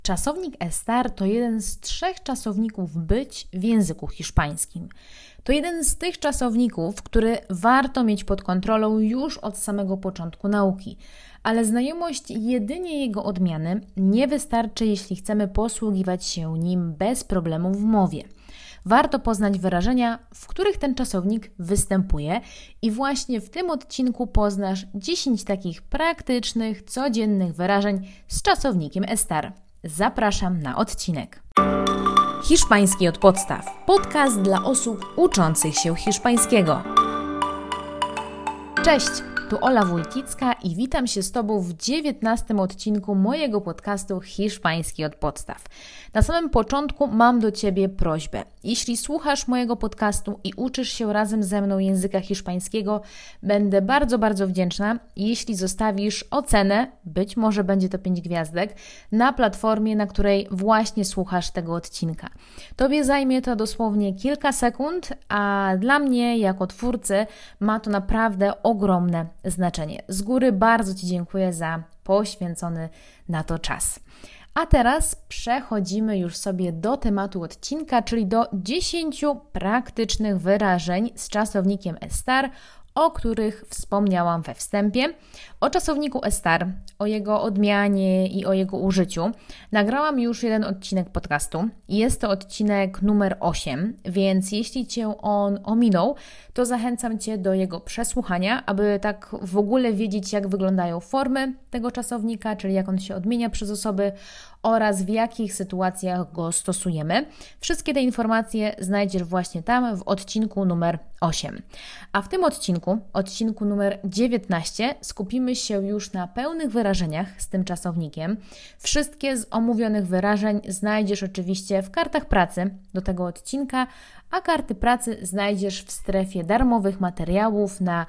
Czasownik estar to jeden z 3 czasowników być w języku hiszpańskim. To jeden z tych czasowników, który warto mieć pod kontrolą już od samego początku nauki. Ale znajomość jedynie jego odmiany nie wystarczy, jeśli chcemy posługiwać się nim bez problemu w mowie. Warto poznać wyrażenia, w których ten czasownik występuje i właśnie w tym odcinku poznasz 10 takich praktycznych, codziennych wyrażeń z czasownikiem estar. Zapraszam na odcinek. Hiszpański od podstaw. Podcast dla osób uczących się hiszpańskiego. Cześć, tu Ola Wójcicka i witam się z Tobą w 19 odcinku mojego podcastu Hiszpański od podstaw. Na samym początku mam do Ciebie prośbę. Jeśli słuchasz mojego podcastu i uczysz się razem ze mną języka hiszpańskiego, będę bardzo, bardzo wdzięczna, jeśli zostawisz ocenę, być może będzie to 5 gwiazdek, na platformie, na której właśnie słuchasz tego odcinka. Tobie zajmie to dosłownie kilka sekund, a dla mnie jako twórcy ma to naprawdę ogromne znaczenie. Z góry bardzo Ci dziękuję za poświęcony na to czas. A teraz przechodzimy już sobie do tematu odcinka, czyli do 10 praktycznych wyrażeń z czasownikiem estar, o których wspomniałam we wstępie. O czasowniku estar, o jego odmianie i o jego użyciu nagrałam już jeden odcinek podcastu. Jest to odcinek numer 8, więc jeśli Cię on ominął, to zachęcam Cię do jego przesłuchania, aby tak w ogóle wiedzieć, jak wyglądają formy tego czasownika, czyli jak on się odmienia przez osoby oraz w jakich sytuacjach go stosujemy. Wszystkie te informacje znajdziesz właśnie tam w odcinku numer 8. A w tym odcinku numer 19, skupimy się już na pełnych wyrażeniach z tym czasownikiem. Wszystkie z omówionych wyrażeń znajdziesz oczywiście w kartach pracy do tego odcinka, a karty pracy znajdziesz w strefie darmowych materiałów na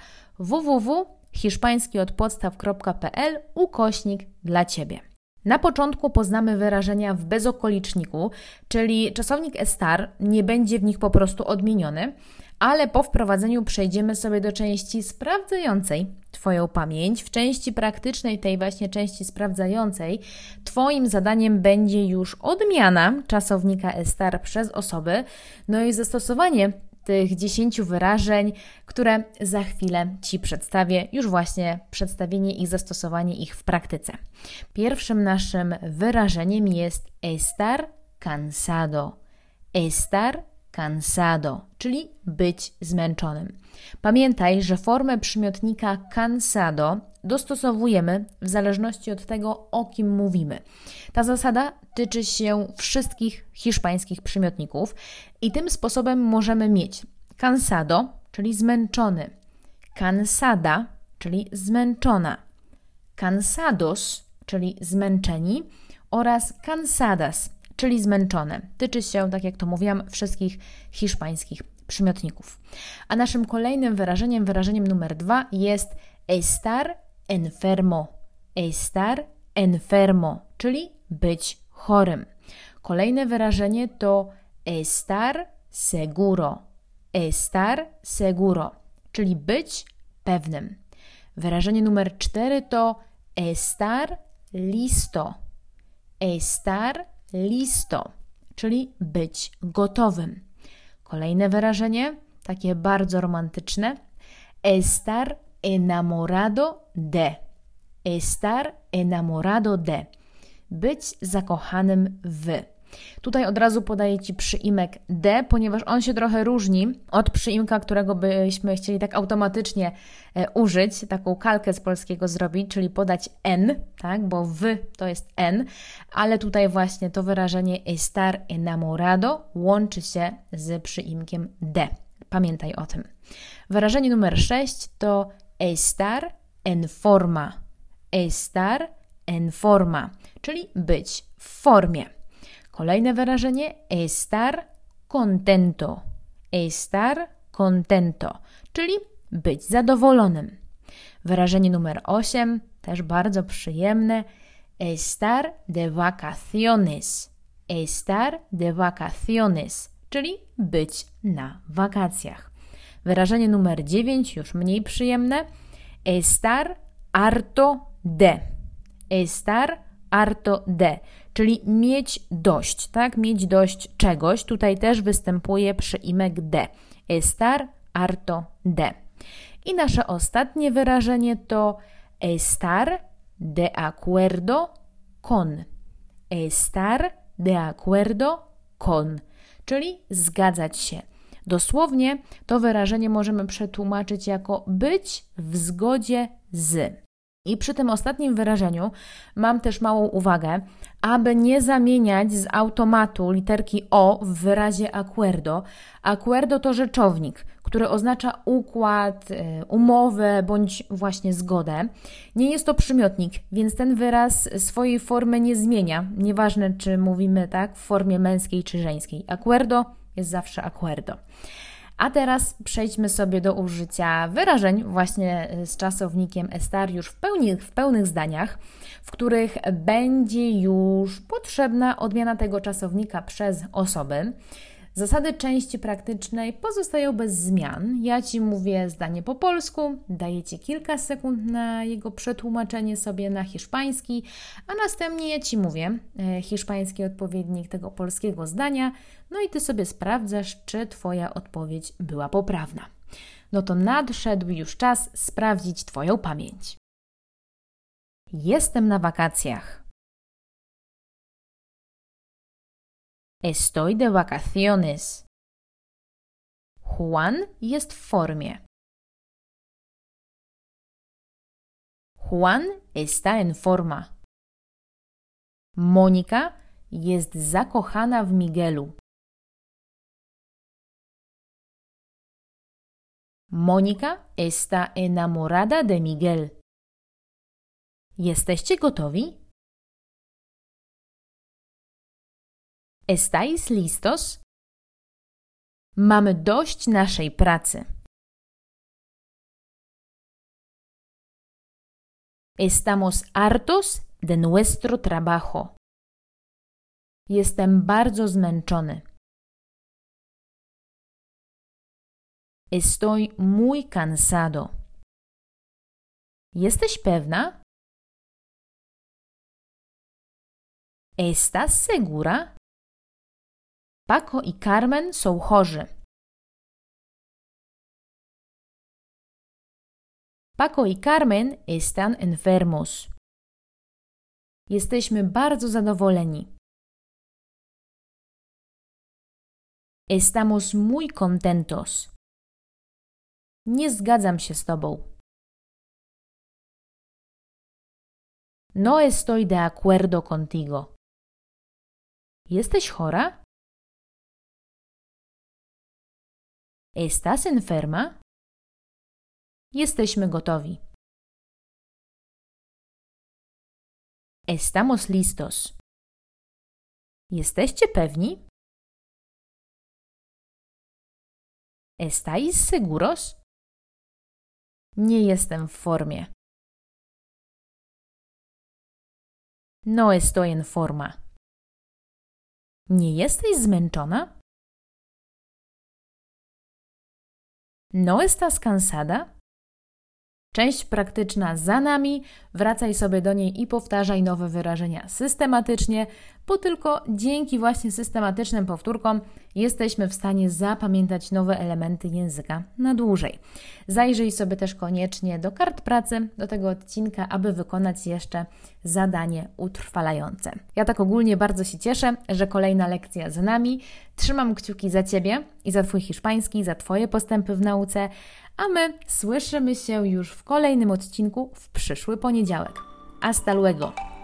www.hiszpańskiodpodstaw.pl /dla Ciebie. Na początku poznamy wyrażenia w bezokoliczniku, czyli czasownik estar nie będzie w nich po prostu odmieniony, ale po wprowadzeniu przejdziemy sobie do części sprawdzającej Twoją pamięć. W części praktycznej, tej właśnie części sprawdzającej, Twoim zadaniem będzie już odmiana czasownika estar przez osoby, no i zastosowanie tych 10 wyrażeń, które za chwilę Ci przedstawię, już właśnie przedstawienie i zastosowanie ich w praktyce. Pierwszym naszym wyrażeniem jest estar cansado. Estar cansado, czyli być zmęczonym. Pamiętaj, że formę przymiotnika cansado dostosowujemy w zależności od tego, o kim mówimy. Ta zasada tyczy się wszystkich hiszpańskich przymiotników i tym sposobem możemy mieć cansado, czyli zmęczony, cansada, czyli zmęczona, cansados, czyli zmęczeni oraz cansadas, czyli zmęczone. Tyczy się, tak jak to mówiłam, wszystkich hiszpańskich przymiotników. A naszym kolejnym wyrażeniem numer 2 jest estar enfermo. Estar enfermo, czyli być chorym. Kolejne wyrażenie to estar seguro. Estar seguro, czyli być pewnym. Wyrażenie numer 4 to estar listo. Estar listo, czyli być gotowym. Kolejne wyrażenie, takie bardzo romantyczne, estar enamorado de. Estar enamorado de. Być zakochanym w. Tutaj od razu podaję Ci przyimek de, ponieważ on się trochę różni od przyimka, którego byśmy chcieli tak automatycznie użyć, taką kalkę z polskiego zrobić, czyli podać n, tak, bo w to jest n, ale tutaj właśnie to wyrażenie estar enamorado łączy się z przyimkiem de. Pamiętaj o tym. Wyrażenie numer 6 to estar en forma. Estar en forma, czyli być w formie. Kolejne wyrażenie estar contento. Estar contento, czyli być zadowolonym. Wyrażenie numer 8, też bardzo przyjemne, estar de vacaciones. Estar de vacaciones, czyli być na wakacjach. Wyrażenie numer 9, już mniej przyjemne, estar harto de. Estar harto de, czyli mieć dość, tak? Mieć dość czegoś. Tutaj też występuje przyimek de. Estar harto de. I nasze ostatnie wyrażenie to estar de acuerdo con. Estar de acuerdo con, czyli zgadzać się. Dosłownie to wyrażenie możemy przetłumaczyć jako być w zgodzie z. I przy tym ostatnim wyrażeniu mam też małą uwagę, aby nie zamieniać z automatu literki o w wyrazie acuerdo. Acuerdo to rzeczownik, który oznacza układ, umowę bądź właśnie zgodę. Nie jest to przymiotnik, więc ten wyraz swojej formy nie zmienia. Nieważne, czy mówimy tak w formie męskiej czy żeńskiej. Acuerdo jest zawsze acuerdo. A teraz przejdźmy sobie do użycia wyrażeń właśnie z czasownikiem estar już w pełnych zdaniach, w których będzie już potrzebna odmiana tego czasownika przez osoby. Zasady części praktycznej pozostają bez zmian. Ja Ci mówię zdanie po polsku, daję Ci kilka sekund na jego przetłumaczenie sobie na hiszpański, a następnie ja Ci mówię hiszpański odpowiednik tego polskiego zdania, no i Ty sobie sprawdzasz, czy Twoja odpowiedź była poprawna. No to nadszedł już czas sprawdzić Twoją pamięć. Jestem na wakacjach. Estoy de vacaciones. Juan jest w formie. Juan está en forma. Mónica jest zakochana w Miguelu. Mónica está enamorada de Miguel. Jesteście gotowi? ¿Estáis listos? Mamy dość naszej pracy. Estamos hartos de nuestro trabajo. Jestem bardzo zmęczony. Estoy muy cansado. Jesteś pewna? ¿Estás segura? Paco i Carmen są chorzy. Paco i Carmen están enfermos. Jesteśmy bardzo zadowoleni. Estamos muy contentos. Nie zgadzam się z Tobą. No estoy de acuerdo contigo. Jesteś chora? ¿Estás enferma? Jesteśmy gotowi. Estamos listos. Jesteście pewni? ¿Estáis seguros? Nie jestem w formie. No estoy en forma. Nie jesteś zmęczona? ¿No estás cansada? Część praktyczna za nami, wracaj sobie do niej i powtarzaj nowe wyrażenia systematycznie, bo tylko dzięki właśnie systematycznym powtórkom jesteśmy w stanie zapamiętać nowe elementy języka na dłużej. Zajrzyj sobie też koniecznie do kart pracy, do tego odcinka, aby wykonać jeszcze zadanie utrwalające. Ja tak ogólnie bardzo się cieszę, że kolejna lekcja za nami. Trzymam kciuki za Ciebie i za Twój hiszpański, za Twoje postępy w nauce, a my słyszymy się już w kolejnym odcinku w przyszły poniedziałek. Hasta luego!